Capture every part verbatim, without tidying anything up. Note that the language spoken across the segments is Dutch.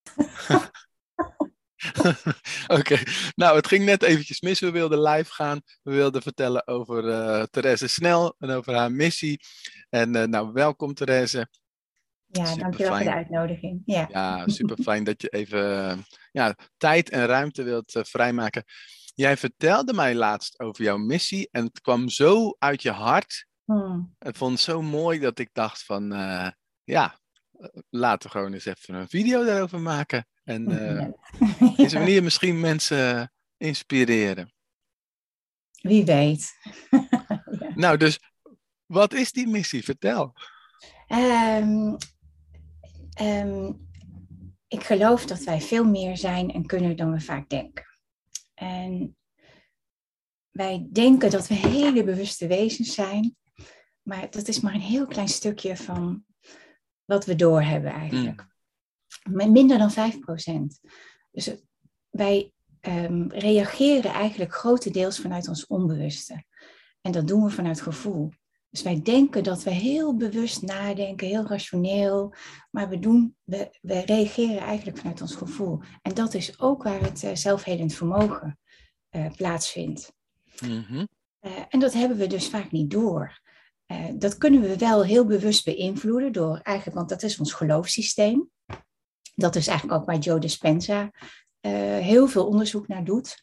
Oké, okay. Nou, het ging net eventjes mis. We wilden live gaan. We wilden vertellen over uh, Therese Snel en over haar missie. En uh, nou, welkom Therese. Ja, super dankjewel fijn. Voor de uitnodiging. Ja, ja super fijn dat je even uh, ja, tijd en ruimte wilt uh, vrijmaken. Jij vertelde mij laatst over jouw missie en het kwam zo uit je hart. Hmm. Ik vond het zo mooi dat ik dacht van, uh, ja, laten we gewoon eens even een video daarover maken. En uh, op deze manier misschien mensen inspireren. Wie weet. Ja. Nou, dus wat is die missie? Vertel. Um, um, ik geloof dat wij veel meer zijn en kunnen dan we vaak denken. En wij denken dat we hele bewuste wezens zijn. Maar dat is maar een heel klein stukje van wat we doorhebben eigenlijk. Mm. Minder dan vijf procent. Dus wij um, reageren eigenlijk grotendeels vanuit ons onbewuste. En dat doen we vanuit gevoel. Dus wij denken dat we heel bewust nadenken, heel rationeel. Maar we, doen, we, we reageren eigenlijk vanuit ons gevoel. En dat is ook waar het uh, zelfhelend vermogen uh, plaatsvindt. Mm-hmm. Uh, en dat hebben we dus vaak niet door. Uh, dat kunnen we wel heel bewust beïnvloeden door eigenlijk, want dat is ons geloofssysteem. Dat is eigenlijk ook waar Joe Dispenza uh, heel veel onderzoek naar doet.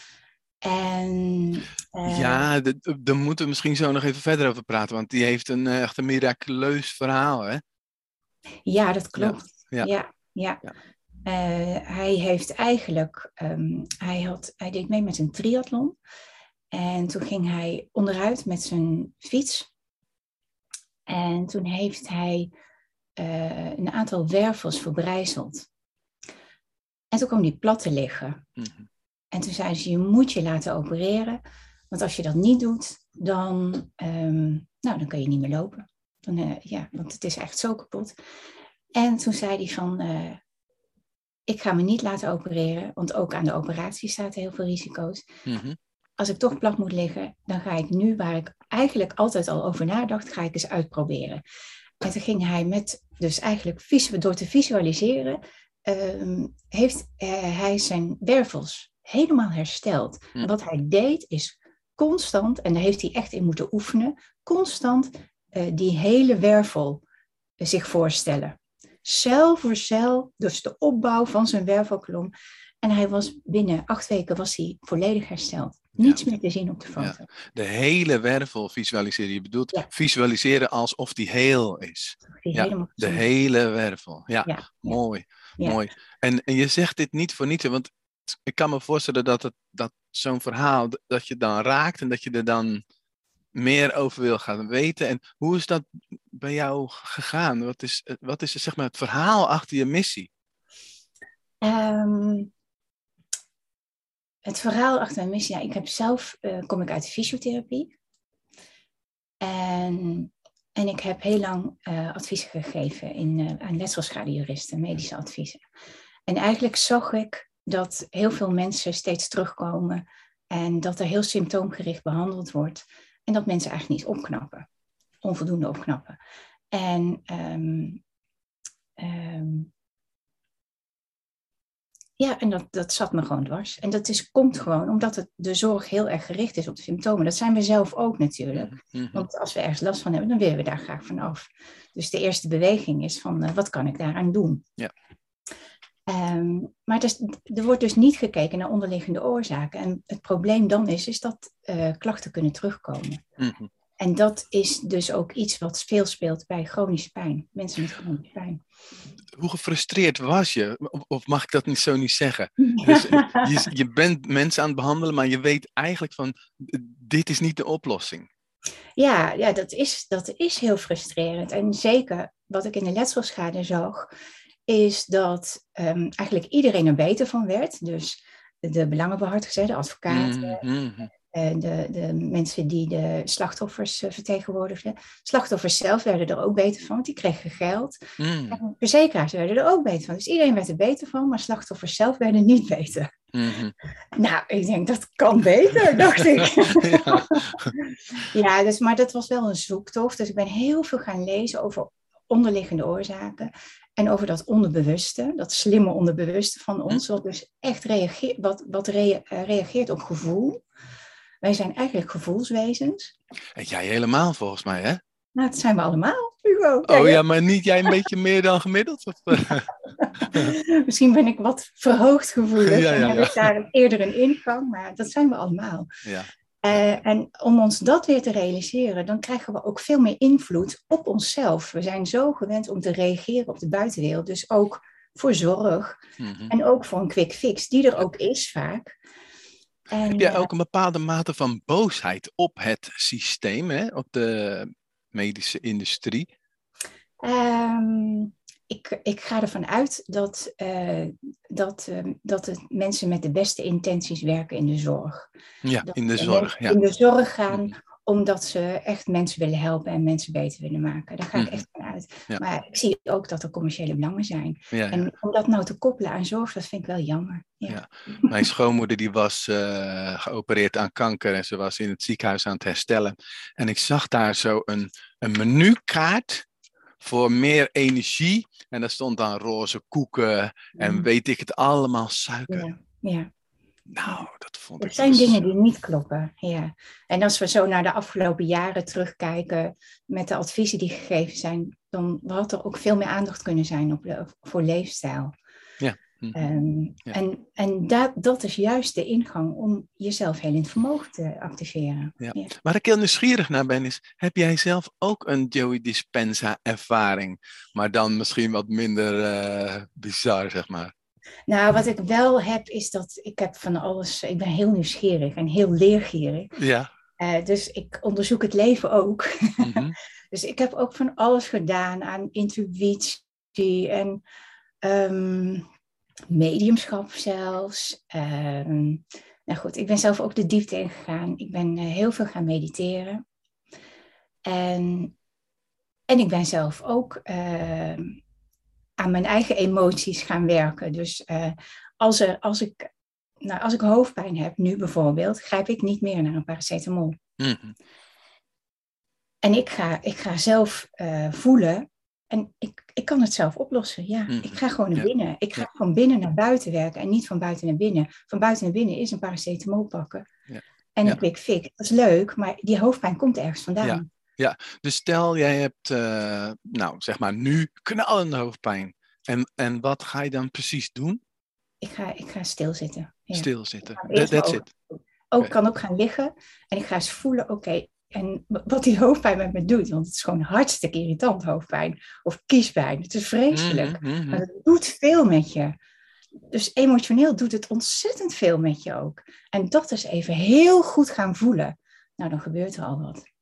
En, uh, ja, daar moeten we misschien zo nog even verder over praten, want die heeft een echt een miraculeus verhaal, hè? Ja, dat klopt. Ja, ja. ja, ja. Uh, hij heeft eigenlijk, um, hij, had, hij deed mee met een triathlon. En toen ging hij onderuit met zijn fiets. En toen heeft hij uh, een aantal wervels verbrijzeld. En toen kwam hij plat te liggen. Mm-hmm. En toen zeiden ze, je moet je laten opereren. Want als je dat niet doet, dan, um, nou, dan kan je niet meer lopen. Dan, uh, ja, want het is echt zo kapot. En toen zei hij van, uh, ik ga me niet laten opereren. Want ook aan de operatie staat heel veel risico's. Mm-hmm. Als ik toch plat moet liggen, dan ga ik nu, waar ik eigenlijk altijd al over nadacht, ga ik eens uitproberen. En toen ging hij met, dus eigenlijk door te visualiseren, um, heeft uh, hij zijn wervels helemaal hersteld. Mm. En wat hij deed is constant, en daar heeft hij echt in moeten oefenen, constant uh, die hele wervel uh, zich voorstellen. Cel voor cel, dus de opbouw van zijn wervelkolom. En hij was binnen acht weken was hij volledig hersteld. Niets ja. meer te zien op de foto. Ja. De hele wervel visualiseren. Je bedoelt ja. visualiseren alsof die heel is. Die ja, helemaal de hele wervel. Ja, ja. mooi. Ja. mooi. En, en je zegt dit niet voor niets, want ik kan me voorstellen dat, het, dat zo'n verhaal, dat je dan raakt en dat je er dan meer over wil gaan weten. En hoe is dat bij jou gegaan? Wat is, wat is zeg maar, het verhaal achter je missie? Um... Het verhaal achter mijn missie, ja, ik heb zelf, uh, kom ik uit de fysiotherapie. En, en ik heb heel lang uh, adviezen gegeven in, uh, aan letselschadenjuristen, medische adviezen. En eigenlijk zag ik dat heel veel mensen steeds terugkomen en dat er heel symptoomgericht behandeld wordt. En dat mensen eigenlijk niet opknappen, onvoldoende opknappen. En um, um, Ja, en dat, dat zat me gewoon dwars. En dat is, komt gewoon omdat het, de zorg heel erg gericht is op de symptomen. Dat zijn we zelf ook natuurlijk. Mm-hmm. Want als we ergens last van hebben, dan willen we daar graag van af. Dus de eerste beweging is van, uh, wat kan ik daaraan doen? Ja. Um, maar het is, er wordt dus niet gekeken naar onderliggende oorzaken. En het probleem dan is, is dat uh, klachten kunnen terugkomen. Mm-hmm. En dat is dus ook iets wat veel speelt bij chronische pijn. Mensen met chronische pijn. Hoe gefrustreerd was je? Of mag ik dat niet zo niet zeggen? Dus je, je bent mensen aan het behandelen, maar je weet eigenlijk van, dit is niet de oplossing. Ja, ja dat, is, dat is heel frustrerend. En zeker wat ik in de letselschade zag, is dat um, eigenlijk iedereen er beter van werd. Dus de belangenbehartigers, de advocaten, mm-hmm. de, de mensen die de slachtoffers vertegenwoordigden. Slachtoffers zelf werden er ook beter van, want die kregen geld. Mm. En verzekeraars werden er ook beter van. Dus iedereen werd er beter van, maar slachtoffers zelf werden niet beter. Mm-hmm. Nou, ik denk, dat kan beter, dacht ik. ja, ja dus, maar dat was wel een zoektocht. Dus ik ben heel veel gaan lezen over onderliggende oorzaken. en over dat onderbewuste, dat slimme onderbewuste van ons, wat dus echt reageert, wat, wat rea- reageert op gevoel. Wij zijn eigenlijk gevoelswezens. En jij helemaal volgens mij, hè? Nou, dat zijn we allemaal, Hugo. Oh ja, maar niet jij een beetje meer dan gemiddeld? Of? Misschien ben ik wat verhoogd gevoelig Ja, en ja, heb ja. ik daar eerder een ingang, maar dat zijn we allemaal. Ja. Uh, en om ons dat weer te realiseren, dan krijgen we ook veel meer invloed op onszelf. We zijn zo gewend om te reageren op de buitenwereld, dus ook voor zorg mm-hmm. en ook voor een quick fix, die er ja. ook is vaak. En, heb jij ook een bepaalde mate van boosheid op het systeem, hè? Op de medische industrie? Um, ik, ik ga ervan uit dat, uh, dat, uh, dat het mensen met de beste intenties werken in de zorg. Ja, dat in de zorg. Ja. In de zorg gaan, mm-hmm. omdat ze echt mensen willen helpen en mensen beter willen maken. Daar ga ik mm-hmm. echt van uit. Ja. Maar ik zie ook dat er commerciële belangen zijn. Ja, ja. En om dat nou te koppelen aan zorg, dat vind ik wel jammer. Ja. Ja. Mijn schoonmoeder die was uh, geopereerd aan kanker en ze was in het ziekenhuis aan het herstellen. En ik zag daar zo een, een menukaart voor meer energie. En daar stond dan roze koeken en mm. weet ik het allemaal, suiker. Ja, ja. Nou, dat vond het ik... Het zijn dus... dingen die niet kloppen, ja. En als we zo naar de afgelopen jaren terugkijken met de adviezen die gegeven zijn, dan had er ook veel meer aandacht kunnen zijn op de, voor leefstijl. Ja. Mm-hmm. Um, ja. En, en dat, dat is juist de ingang om jezelf heel in het vermogen te activeren. Ja. Ja. Waar ik heel nieuwsgierig naar ben is, heb jij zelf ook een Joey Dispenza ervaring? Maar dan misschien wat minder uh, bizar, zeg maar. Nou, wat ik wel heb, is dat ik heb van alles... Ik ben heel nieuwsgierig en heel leergierig. Ja. Uh, dus ik onderzoek het leven ook. Mm-hmm. Dus ik heb ook van alles gedaan aan intuïtie en um, mediumschap zelfs. Um, nou goed, ik ben zelf ook de diepte ingegaan. Ik ben uh, heel veel gaan mediteren. En, en ik ben zelf ook... Uh, aan mijn eigen emoties gaan werken. Dus uh, als, er, als, ik, nou, als ik hoofdpijn heb, nu bijvoorbeeld, grijp ik niet meer naar een paracetamol. Mm-hmm. En ik ga, ik ga zelf uh, voelen en ik, ik kan het zelf oplossen. Ja, mm-hmm. Ik ga gewoon naar ja. binnen. Ik ga ja. van binnen naar buiten werken en niet van buiten naar binnen. Van buiten naar binnen is een paracetamol pakken. Ja. En een ja. quick fix. Dat is leuk, maar die hoofdpijn komt ergens vandaan. Ja. Ja, dus stel jij hebt, uh, nou zeg maar nu knallende hoofdpijn. En, en wat ga je dan precies doen? Ik ga, ik ga stilzitten. Ja. Stilzitten, That, that's it. Ook okay. kan ook gaan liggen en ik ga eens voelen, oké, okay, en wat die hoofdpijn met me doet. Want het is gewoon hartstikke irritant, hoofdpijn of kiespijn. Het is vreselijk, mm-hmm. maar het doet veel met je. Dus emotioneel doet het ontzettend veel met je ook. En dat is even heel goed gaan voelen. Nou, dan gebeurt er al wat.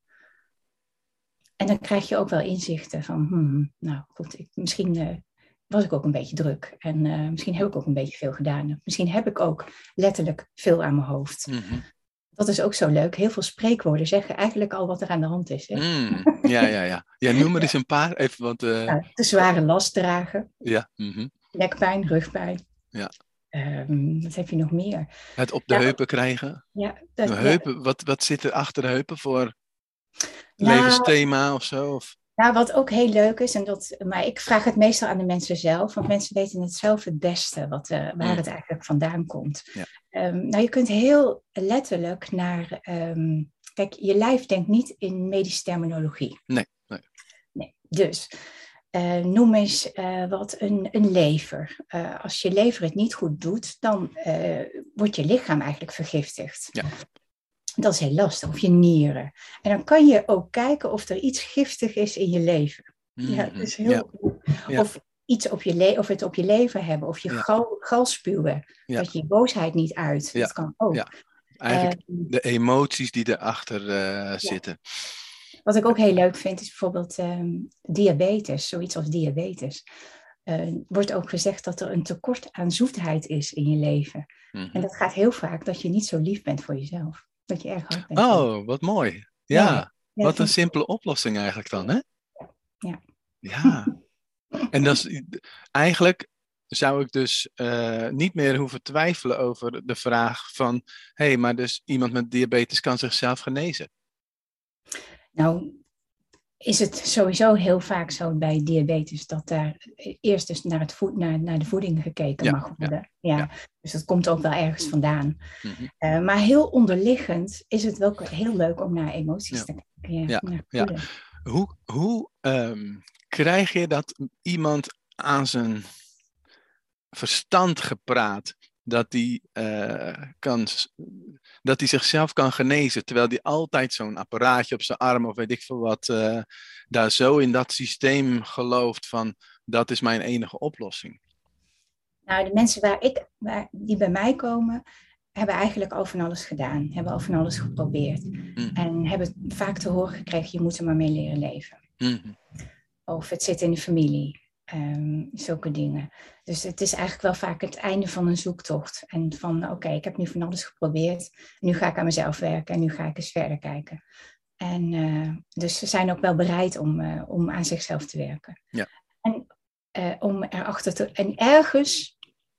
En dan krijg je ook wel inzichten van, hmm, nou goed, ik, misschien uh, was ik ook een beetje druk. En uh, misschien heb ik ook een beetje veel gedaan. Misschien heb ik ook letterlijk veel aan mijn hoofd. Mm-hmm. Dat is ook zo leuk. Heel veel spreekwoorden zeggen eigenlijk al wat er aan de hand is. Hè? Mm, ja, ja, ja. Ja, noem er eens een paar. Even wat, uh... nou, te zware last dragen. Ja. Mm-hmm. Nekpijn, rugpijn. Ja. Um, wat heb je nog meer? Het op de ja, heupen krijgen. Ja, dat, de heupen, ja. wat, wat zit er achter de heupen voor... levensthema nou, of zo? Of? Nou, wat ook heel leuk is, en dat, maar ik vraag het meestal aan de mensen zelf, want mensen weten het zelf het beste, wat, uh, waar mm. het eigenlijk vandaan komt. Ja. Um, nou, je kunt heel letterlijk naar, um, kijk, je lijf denkt niet in medische terminologie. Nee. nee. nee. Dus, uh, noem eens uh, wat een, een lever. Uh, als je lever het niet goed doet, dan uh, wordt je lichaam eigenlijk vergiftigd. Ja. Dat is heel lastig, of je nieren. En dan kan je ook kijken of er iets giftig is in je lever. Mm-hmm. Ja, dat is heel ja. Ja. Of iets op je le- of het op je lever hebben, of je ja. gal, gal spuwen. Ja. Dat je boosheid niet uit. Ja. Dat kan ook. Ja. Eigenlijk uh, de emoties die erachter uh, ja. zitten. Wat ik ook heel leuk vind, is bijvoorbeeld um, diabetes, zoiets als diabetes. Uh, wordt ook gezegd dat er een tekort aan zoetheid is in je leven. Mm-hmm. En dat gaat heel vaak dat je niet zo lief bent voor jezelf. Dat je erg hard bent. Oh, wat mooi. Ja, ja, ja wat een simpele oplossing eigenlijk dan, hè? Ja. Ja. En dat is, eigenlijk zou ik dus uh, niet meer hoeven twijfelen over de vraag van... hé, hey, maar dus iemand met diabetes kan zichzelf genezen. Nou, is het sowieso heel vaak zo bij diabetes dat daar eerst dus naar, het voed, naar, naar de voeding gekeken Ja, mag worden. Ja. ja. Dus dat komt ook wel ergens vandaan. Mm-hmm. Uh, maar heel onderliggend is het wel heel leuk om naar emoties Ja. te kijken. Ja, ja, naar ja. Hoe, hoe um, krijg je dat iemand aan zijn verstand gepraat, dat hij uh, kan, dat hij zichzelf kan genezen, terwijl hij altijd zo'n apparaatje op zijn arm of weet ik veel wat, uh, daar zo in dat systeem gelooft van, dat is mijn enige oplossing? Nou, de mensen waar ik, waar, die bij mij komen, hebben eigenlijk al van alles gedaan, hebben al van alles geprobeerd. Mm. En hebben vaak te horen gekregen, je moet er maar mee leren leven. Mm. Of het zit in de familie. Um, zulke dingen. Dus het is eigenlijk wel vaak het einde van een zoektocht. En van, oké, okay, ik heb nu van alles geprobeerd. Nu ga ik aan mezelf werken en nu ga ik eens verder kijken. En uh, dus ze zijn ook wel bereid om, uh, om aan zichzelf te werken. Ja. En uh, om erachter te... En ergens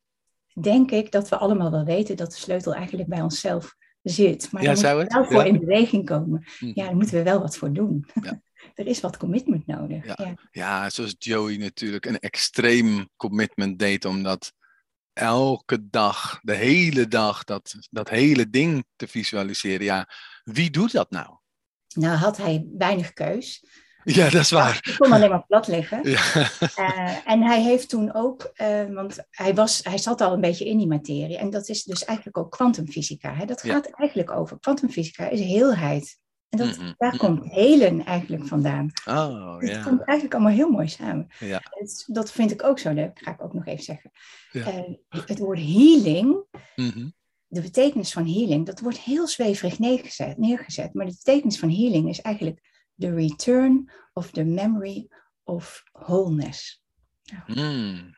denk ik dat we allemaal wel weten dat de sleutel eigenlijk bij onszelf zit. Maar ja, daar moeten we wel voor ja. in beweging komen. Mm-hmm. Ja, daar moeten we wel wat voor doen. Ja. Er is wat commitment nodig. Ja. Ja. ja, zoals Joey natuurlijk een extreem commitment deed, omdat elke dag, de hele dag, dat, dat hele ding te visualiseren. Ja, wie doet dat nou? Nou, had hij weinig keus. Ja, dat is waar. Hij kon alleen maar plat liggen. Ja. Uh, en hij heeft toen ook, uh, want hij, was, hij zat al een beetje in die materie. En dat is dus eigenlijk ook kwantumfysica. Hè? Dat gaat ja. eigenlijk over. Kwantumfysica is heelheid. En dat, mm-hmm. daar komt helen eigenlijk vandaan. Oh, het ja. komt eigenlijk allemaal heel mooi samen. Ja. Het, dat vind ik ook zo leuk, ga ik ook nog even zeggen. Ja. Uh, het woord healing, mm-hmm. de betekenis van healing, dat wordt heel zweverig neergezet, neergezet. Maar de betekenis van healing is eigenlijk the return of the memory of wholeness. Nou. Mm.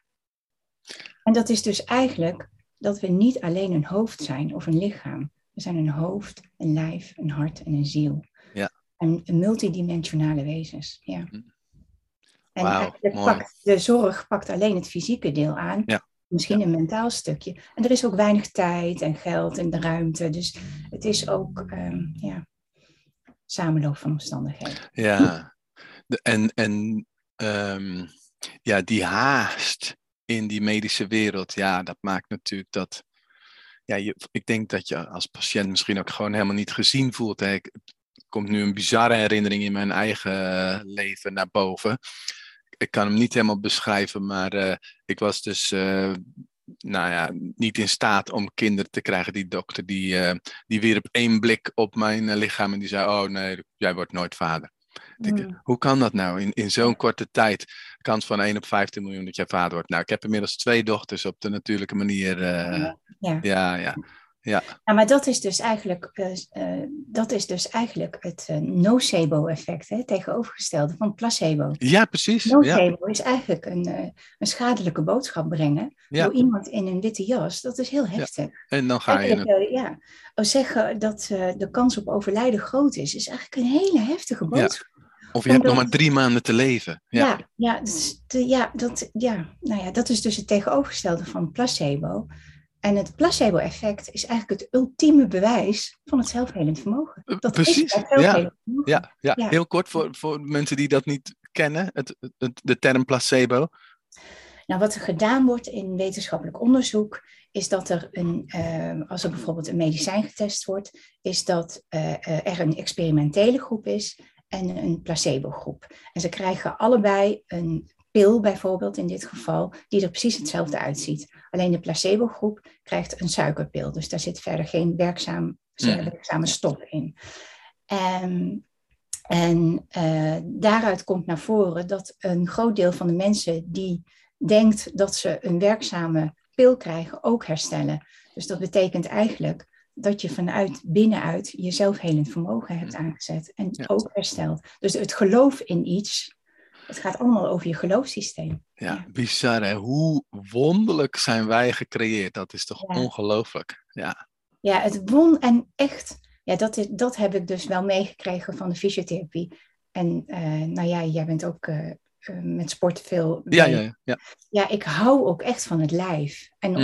En dat is dus eigenlijk dat we niet alleen een hoofd zijn of een lichaam. We zijn een hoofd, een lijf, een hart en een ziel. Ja. En een multidimensionale wezens. Ja. Mm. En Wow, eigenlijk mooi. pakt, de zorg pakt alleen het fysieke deel aan. Ja. Misschien ja. een mentaal stukje. En er is ook weinig tijd en geld en de ruimte. Dus het is ook um, ja, samenloop van omstandigheden. Ja, de, en, en um, ja, die haast in die medische wereld, ja, dat maakt natuurlijk dat... Ja, je, ik denk dat je als patiënt misschien ook gewoon helemaal niet gezien voelt. Hè. Ik, er komt nu een bizarre herinnering in mijn eigen leven naar boven. Ik kan hem niet helemaal beschrijven, maar uh, ik was dus uh, nou ja, niet in staat om kinderen te krijgen. Die dokter die, uh, die wierp één blik op mijn uh, lichaam en die zei, oh nee, jij wordt nooit vader. Mm. Ik, hoe kan dat nou in, in zo'n korte tijd? Kans van één op vijftien miljoen dat jij vader wordt. Nou, ik heb inmiddels twee dochters op de natuurlijke manier. Uh, ja. Ja, ja, ja. Ja. Ja, maar dat is dus eigenlijk, uh, uh, dat is dus eigenlijk het uh, nocebo-effect, hè, tegenovergestelde van placebo. Ja, precies. Nocebo ja. is eigenlijk een, uh, een schadelijke boodschap brengen ja. door iemand in een witte jas. Dat is heel heftig. Ja. En dan ga je... Eigenlijk, uh, ja, zeggen dat uh, de kans op overlijden groot is, is eigenlijk een hele heftige boodschap. Ja. Of je Omdat... hebt nog maar drie maanden te leven. Ja, ja, ja, dus de, ja, dat, ja, nou ja, dat is dus het tegenovergestelde van placebo. En het placebo-effect is eigenlijk het ultieme bewijs van het zelfhelend vermogen. Dat Precies, is het zelfhelend vermogen. Ja, ja, ja, heel kort voor, voor mensen die dat niet kennen, het, het, de term placebo. Nou, wat er gedaan wordt in wetenschappelijk onderzoek, is dat er een, uh, als er bijvoorbeeld een medicijn getest wordt, is dat uh, uh, er een experimentele groep is en een placebo-groep. En ze krijgen allebei een pil bijvoorbeeld in dit geval, die er precies hetzelfde uitziet. Alleen de placebo-groep krijgt een suikerpil. Dus daar zit verder geen werkzaam, mm. werkzame stof in. En, en uh, daaruit komt naar voren dat een groot deel van de mensen die denkt dat ze een werkzame pil krijgen, ook herstellen. Dus dat betekent eigenlijk dat je vanuit binnenuit je zelfhelend vermogen hebt aangezet en ja. ook herstelt. Dus het geloof in iets... Het gaat allemaal over je geloofssysteem. Ja, ja. Bizar hè. Hoe wonderlijk zijn wij gecreëerd. Dat is toch ja. ongelooflijk. Ja, ja, het won en echt... Ja, dat, is, dat heb ik dus wel meegekregen van de fysiotherapie. En uh, nou ja, jij bent ook uh, uh, met sport veel... Ja, ja, ja. Ja, ik hou ook echt van het lijf. En ons, mm-hmm.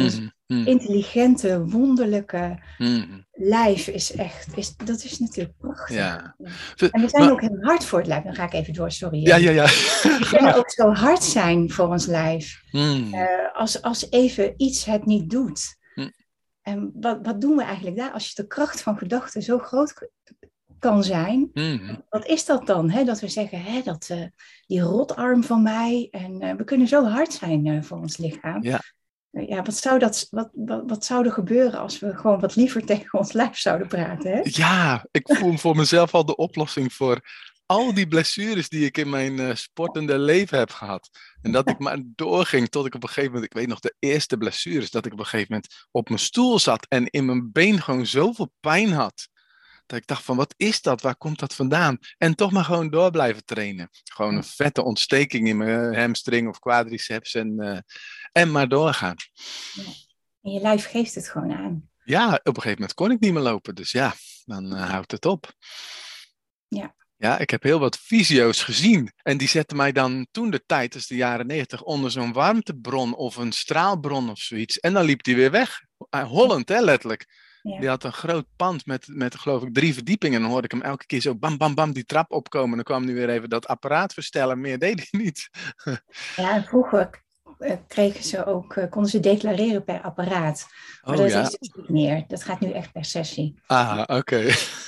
mm. intelligente, wonderlijke mm. lijf is echt, is, dat is natuurlijk prachtig. Ja. Ja. En we zijn maar, ook heel hard voor het lijf. Dan ga ik even door, sorry. Ja, ja, ja. We kunnen ook zo hard zijn voor ons lijf. Mm. Uh, als, als even iets het niet doet. Mm. En wat, wat doen we eigenlijk daar? Als je de kracht van gedachten zo groot kan zijn. Mm. Wat is dat dan? Hè? Dat we zeggen, hè, dat, uh, die rotarm van mij. En uh, we kunnen zo hard zijn uh, voor ons lichaam. Ja. Uh, ja, wat, zou dat, wat, wat, wat zou er gebeuren als we gewoon wat liever tegen ons lijf zouden praten? Hè? Ja, ik voel voor mezelf al de oplossing voor al die blessures die ik in mijn uh, sportende leven heb gehad. En dat ik maar doorging tot ik op een gegeven moment, ik weet nog de eerste blessures, dat ik op een gegeven moment op mijn stoel zat en in mijn been gewoon zoveel pijn had. Dat ik dacht van, wat is dat? Waar komt dat vandaan? En toch maar gewoon door blijven trainen. Gewoon een vette ontsteking in mijn hamstring of quadriceps en, uh, en maar doorgaan. Ja. En je lijf geeft het gewoon aan. Ja, op een gegeven moment kon ik niet meer lopen. Dus ja, dan uh, houdt het op. Ja. Ja, ik heb heel wat fysio's gezien. En die zetten mij dan toen de tijd, dus de jaren negentig, onder zo'n warmtebron of een straalbron of zoiets. En dan liep die weer weg. Uh, Holland, hè, letterlijk. Ja. Die had een groot pand met, met, geloof ik, drie verdiepingen. En dan hoorde ik hem elke keer zo bam, bam, bam die trap opkomen. En dan kwam hij weer even dat apparaat verstellen. Meer deed hij niet. Ja, en vroeger kregen ze ook, konden ze declareren per apparaat. Maar oh, dat ja? is dus niet meer. Dat gaat nu echt per sessie. Ah, oké. Okay.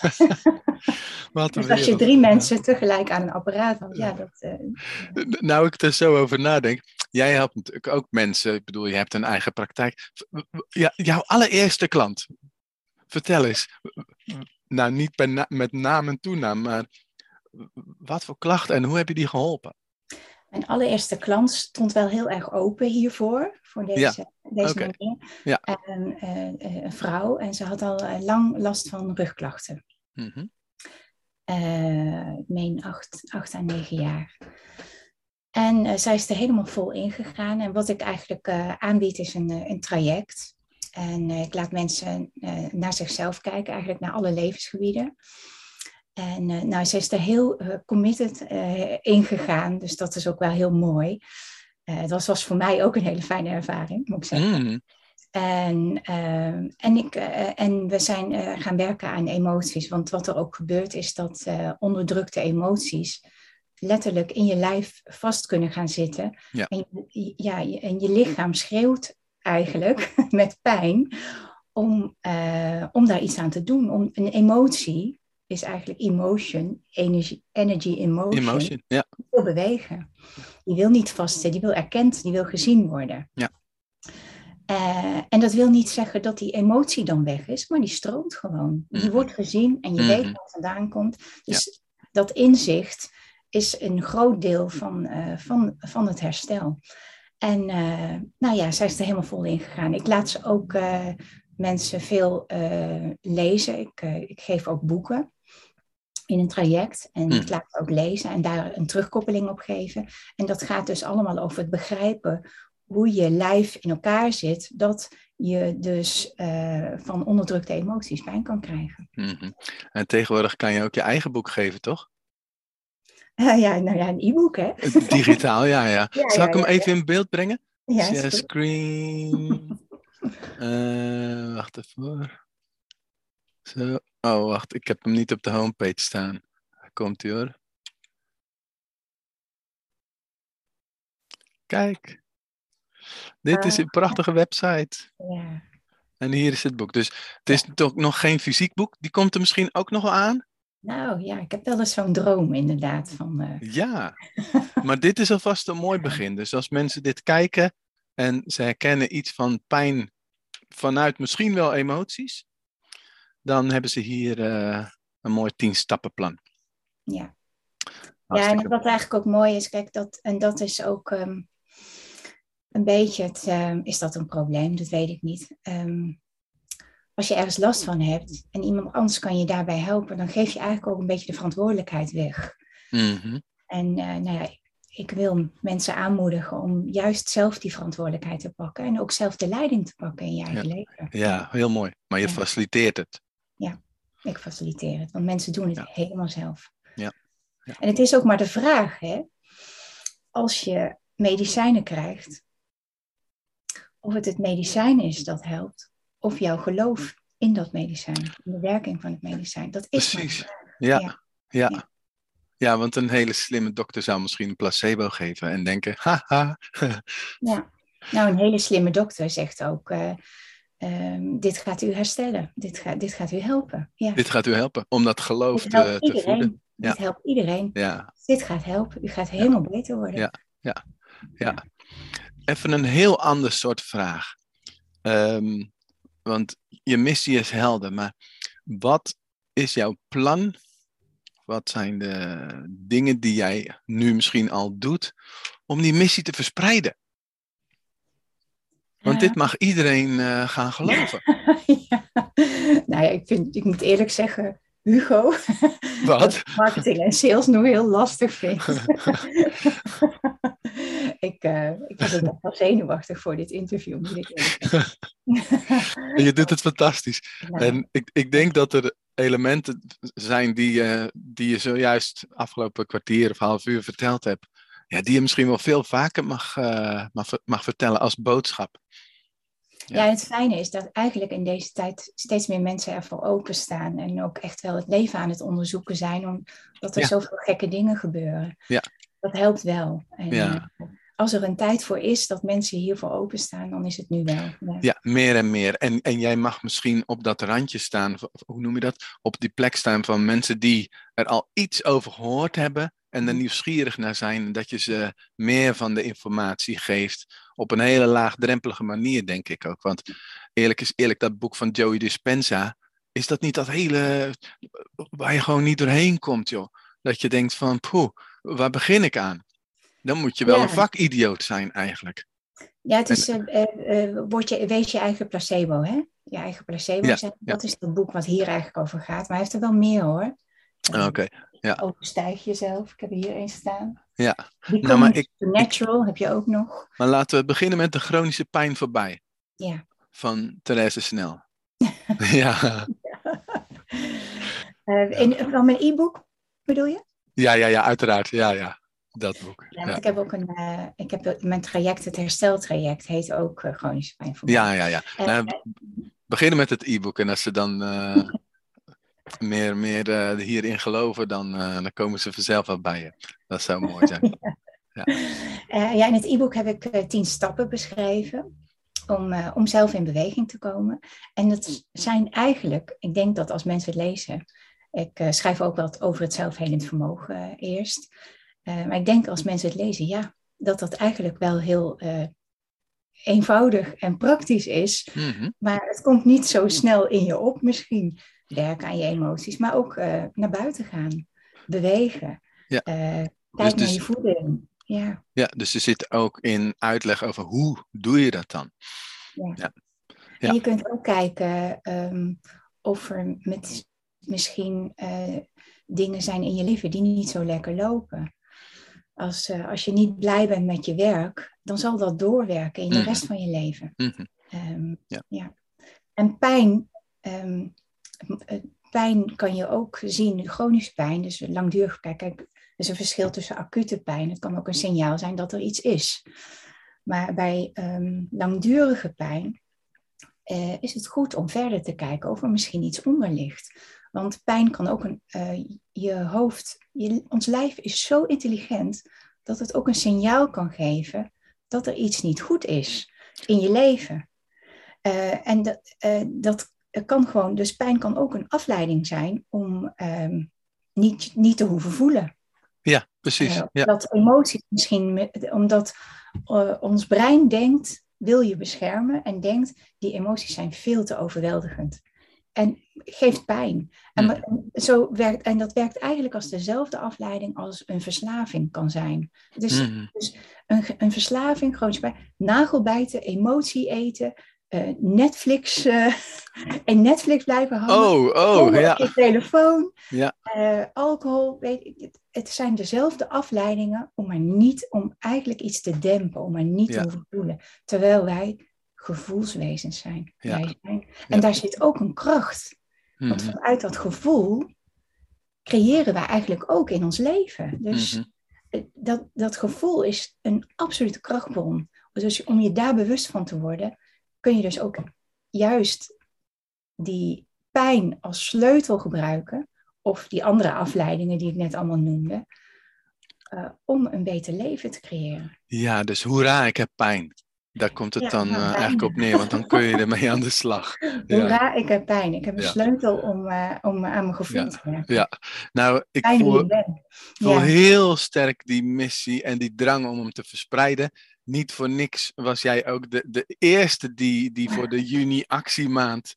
Dus als je drie mensen tegelijk aan een apparaat had, ja, dat... Uh, nou, ik er zo over nadenk. Jij helpt natuurlijk ook mensen. Ik bedoel, je hebt een eigen praktijk. Ja, jouw allereerste klant. Vertel eens. Nou, niet bij na- met naam en toenaam, maar wat voor klachten en hoe heb je die geholpen? Mijn allereerste klant stond wel heel erg open hiervoor, voor deze, ja. deze okay. manier. Ja. En, uh, een vrouw en ze had al uh, lang last van rugklachten. Mm-hmm. Uh, ik meen acht, acht à negen jaar. En uh, zij is er helemaal vol ingegaan. En wat ik eigenlijk uh, aanbied is een, een traject. En uh, ik laat mensen uh, naar zichzelf kijken, eigenlijk naar alle levensgebieden. En uh, nou, ze is er heel uh, committed uh, ingegaan, dus dat is ook wel heel mooi. Uh, dat was voor mij ook een hele fijne ervaring, moet ik zeggen. Mm. En, uh, en, ik, uh, en we zijn uh, gaan werken aan emoties, want wat er ook gebeurt is dat uh, onderdrukte emoties letterlijk in je lijf vast kunnen gaan zitten. Ja. En, ja, en je lichaam schreeuwt eigenlijk met pijn om, uh, om daar iets aan te doen. Om een emotie is eigenlijk emotion, energy, energy emotion. Emotion, ja. Die wil bewegen. Die wil niet vastzitten, die wil erkend, die wil gezien worden. Ja. Uh, en dat wil niet zeggen dat die emotie dan weg is, maar die stroomt gewoon. Die mm-hmm. wordt gezien en je mm-hmm. weet waar het vandaan komt. Dus ja. dat inzicht is een groot deel van, uh, van, van het herstel. En uh, nou ja, zij is er helemaal vol in gegaan. Ik laat ze ook uh, mensen veel uh, lezen. Ik, uh, ik geef ook boeken in een traject. En mm. ik laat ze ook lezen en daar een terugkoppeling op geven. En dat gaat dus allemaal over het begrijpen hoe je lijf in elkaar zit. Dat je dus uh, van onderdrukte emoties pijn kan krijgen. Mm-hmm. En tegenwoordig kan je ook je eigen boek geven, toch? Uh, ja, nou ja, een e-book, hè? Digitaal, ja, ja. ja Zal ik ja, hem ja, even ja. in beeld brengen? Ja, Share screen. uh, wacht even hoor. Zo. Oh, wacht. Ik heb hem niet op de homepage staan. Komt ie hoor. Kijk. Dit is een prachtige website. Ja. En hier is het boek. Dus het is ja. toch nog geen fysiek boek. Die komt er misschien ook nog wel aan? Nou ja, ik heb wel eens zo'n droom inderdaad. Van, uh... Ja, maar dit is alvast een mooi begin. Dus als mensen dit kijken en ze herkennen iets van pijn vanuit misschien wel emoties, dan hebben ze hier uh, een mooi tien stappenplan. Ja. Ja, en wat eigenlijk ook mooi is, kijk, dat, en dat is ook um, een beetje het, um, is dat een probleem? Dat weet ik niet. Um, Als je ergens last van hebt en iemand anders kan je daarbij helpen, dan geef je eigenlijk ook een beetje de verantwoordelijkheid weg. Mm-hmm. En uh, nou ja, ik wil mensen aanmoedigen om juist zelf die verantwoordelijkheid te pakken en ook zelf de leiding te pakken in je eigen ja. leven. Ja, heel mooi. Maar je ja. faciliteert het. Ja, ik faciliteer het, want mensen doen het ja. helemaal zelf. Ja. Ja. En het is ook maar de vraag, hè, als je medicijnen krijgt, of het het medicijn is dat helpt, of jouw geloof in dat medicijn, in de werking van het medicijn. Dat is Precies. maar Ja. ja. Ja. Ja. Ja, want een hele slimme dokter zou misschien een placebo geven en denken, haha. Ja. Nou, een hele slimme dokter zegt ook, uh, um, dit gaat u herstellen, dit, ga, dit gaat u helpen. Ja. Dit gaat u helpen, om dat geloof dit te, te voeden. Dit Ja. helpt iedereen. Ja. Dit gaat helpen, u gaat helemaal ja. beter worden. Ja. Ja. Ja. Even een heel ander soort vraag. Um, want je missie is helder, maar wat is jouw plan? Wat zijn de dingen die jij nu misschien al doet om die missie te verspreiden? Want uh, dit mag iedereen uh, gaan geloven. Ja. Nou ja, ik, vind, ik moet eerlijk zeggen, Hugo, wat? dat marketing en sales nog heel lastig vindt. ik, uh, ik was ook nog wel zenuwachtig voor dit interview, moet ik eerlijk zeggen. Je doet het fantastisch. Nou. En ik, ik denk dat er elementen zijn die, uh, die je zojuist afgelopen kwartier of half uur verteld hebt. Ja, die je misschien wel veel vaker mag, uh, mag, mag vertellen als boodschap. Ja. ja, het fijne is dat eigenlijk in deze tijd steeds meer mensen ervoor openstaan. En ook echt wel het leven aan het onderzoeken zijn. Omdat er ja. zoveel gekke dingen gebeuren. Ja. Dat helpt wel. En, ja. uh, als er een tijd voor is dat mensen hiervoor openstaan, dan is het nu wel. Ja, ja meer en meer. En, en jij mag misschien op dat randje staan, hoe noem je dat? Op die plek staan van mensen die er al iets over gehoord hebben en er nieuwsgierig naar zijn. Dat je ze meer van de informatie geeft op een hele laagdrempelige manier, denk ik ook. Want eerlijk is eerlijk, dat boek van Joey Dispenza, is dat niet dat hele, waar je gewoon niet doorheen komt, joh. Dat je denkt van, poeh, waar begin ik aan? Dan moet je wel ja. een vakidioot zijn eigenlijk. Ja, het is, en, uh, uh, word je, wees je eigen placebo, hè? Je eigen placebo ja, zijn. Ja. Dat is het boek wat hier eigenlijk over gaat. Maar hij heeft er wel meer, hoor. Oké, okay. ja. Overstijg jezelf. Ik heb er hier een staan. Ja. Become nou, maar ik, Natural ik, heb je ook nog. Maar laten we beginnen met de chronische pijn voorbij. Ja. Van Therese Snell. ja. Uh, in, van mijn e-book bedoel je? Ja, ja, ja, uiteraard. Ja, ja. Dat boek. Ja, want ja. ik heb ook een, uh, ik heb mijn traject, het hersteltraject, heet ook uh, chronische pijn voor mij. Ja, ja, ja. Uh, nou, beginnen met het e-book en als ze dan uh, meer, meer uh, hierin geloven, dan, uh, dan komen ze vanzelf wel bij je. Dat zou mooi zijn. ja. Ja. Uh, ja, in het e-book heb ik uh, tien stappen beschreven om, uh, om zelf in beweging te komen. En dat zijn eigenlijk, ik denk dat als mensen het lezen, ik uh, schrijf ook wat over het zelfhelend vermogen uh, eerst. Uh, maar ik denk als mensen het lezen, ja, dat dat eigenlijk wel heel uh, eenvoudig en praktisch is. Mm-hmm. Maar het komt niet zo snel in je op misschien. Werken aan je emoties, maar ook uh, naar buiten gaan. Bewegen. Ja. Uh, kijk dus, naar dus, je voeding. Ja. ja, dus er zit ook in uitleg over hoe doe je dat dan? Ja. Ja. Ja. En je kunt ook kijken um, of er met, misschien uh, dingen zijn in je leven die niet zo lekker lopen. Als, uh, als je niet blij bent met je werk, dan zal dat doorwerken in de mm-hmm. rest van je leven. Mm-hmm. Um, ja. Ja. En pijn, um, pijn kan je ook zien, chronische pijn, dus langdurige pijn. Kijk, er is een verschil tussen acute pijn. Het kan ook een signaal zijn dat er iets is. Maar bij um, langdurige pijn uh, is het goed om verder te kijken of er misschien iets onder ligt. Want pijn kan ook een, uh, je hoofd, je, ons lijf is zo intelligent dat het ook een signaal kan geven dat er iets niet goed is in je leven. Uh, en dat, uh, dat kan gewoon, dus pijn kan ook een afleiding zijn om um, niet, niet te hoeven voelen. Ja, precies. Uh, ja. Dat emoties misschien, omdat uh, ons brein denkt, wil je beschermen en denkt, die emoties zijn veel te overweldigend. En geeft pijn. En, mm. zo werkt, en dat werkt eigenlijk als dezelfde afleiding als een verslaving kan zijn. Dus, mm. dus een, een verslaving, chronische pijn, nagelbijten, emotie eten, uh, Netflix uh, en Netflix blijven hangen. Oh, oh, ja. Op je telefoon, ja. uh, alcohol. Weet ik, het, het zijn dezelfde afleidingen om maar niet, om eigenlijk iets te dempen, om maar niet ja. te hoeven voelen. Terwijl wij gevoelswezens zijn. Ja. Wij zijn. En ja. daar zit ook een kracht. Mm-hmm. Want vanuit dat gevoel creëren wij eigenlijk ook in ons leven. Dus mm-hmm. dat, dat gevoel is een absolute krachtbron Dus om je daar bewust van te worden, kun je dus ook juist die pijn als sleutel gebruiken, of die andere afleidingen die ik net allemaal noemde, uh, om een beter leven te creëren. Ja, dus hoera, ik heb pijn. Daar komt het ja, dan nou, uh, eigenlijk op neer, want dan kun je ermee aan de slag. Hoera, ja. Ik heb pijn. Ik heb een ja. sleutel om, uh, om aan mijn gevoel ja. te werken. Ja, nou, ik Pijn voel, ik ben. voel Ja. heel sterk die missie en die drang om hem te verspreiden. Niet voor niks was jij ook de, de eerste die, die voor de juni actiemaand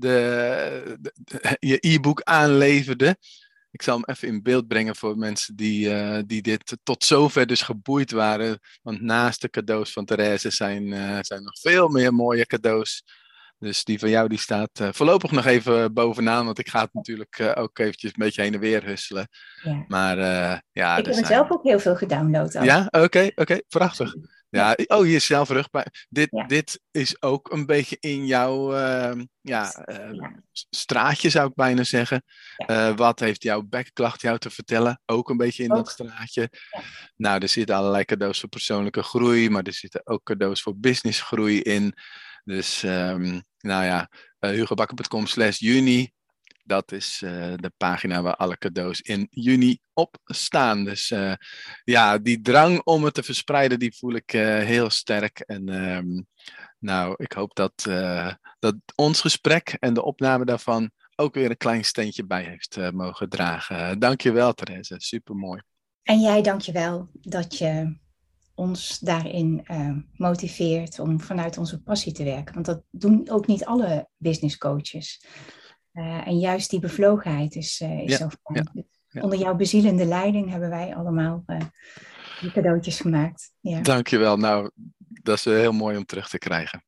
de, de, de, je e-book aanleverde. Ik zal hem even in beeld brengen voor mensen die, uh, die dit tot zover dus geboeid waren. Want naast de cadeaus van Therese zijn, uh, zijn nog veel meer mooie cadeaus. Dus die van jou die staat uh, voorlopig nog even bovenaan. Want ik ga het natuurlijk uh, ook eventjes een beetje heen en weer husselen. Ja. Maar uh, ja, ik heb zijn... er zelf ook heel veel gedownload. Ook. Ja, oké, okay, oké, okay, prachtig. Ja, ja. Oh, hier zelf rugpijn. Dit, ja. dit is ook een beetje in jouw uh, ja, uh, ja. straatje, zou ik bijna zeggen. Ja. Uh, wat heeft jouw bekklacht jou te vertellen? Ook een beetje in ook. dat straatje. Ja. Nou, er zitten allerlei cadeaus voor persoonlijke groei, maar er zitten ook cadeaus voor businessgroei in. Dus, um, nou ja, uh, hugobakker punt com slash juni. Dat is uh, de pagina waar alle cadeaus in juni op staan. Dus uh, ja, die drang om het te verspreiden, die voel ik uh, heel sterk. En um, nou, ik hoop dat, uh, dat ons gesprek en de opname daarvan ook weer een klein steentje bij heeft uh, mogen dragen. Dank je wel, Therese. Supermooi. En jij, dank je wel dat je ons daarin uh, motiveert om vanuit onze passie te werken. Want dat doen ook niet alle business coaches. Uh, en juist die bevlogenheid is, uh, is ja, zo fijn. Ja, ja. Onder jouw bezielende leiding hebben wij allemaal uh, die cadeautjes gemaakt. Ja. Dankjewel. Nou, dat is heel mooi om terug te krijgen.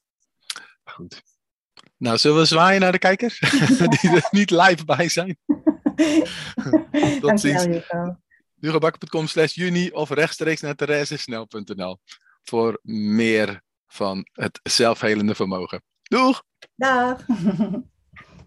Goed. Nou, zullen we zwaaien naar de kijkers? Die er niet live bij zijn. Tot ziens. hugobakker punt com slash juni of rechtstreeks naar theresesnel punt n l voor meer van het zelfhelende vermogen. Doeg! Dag!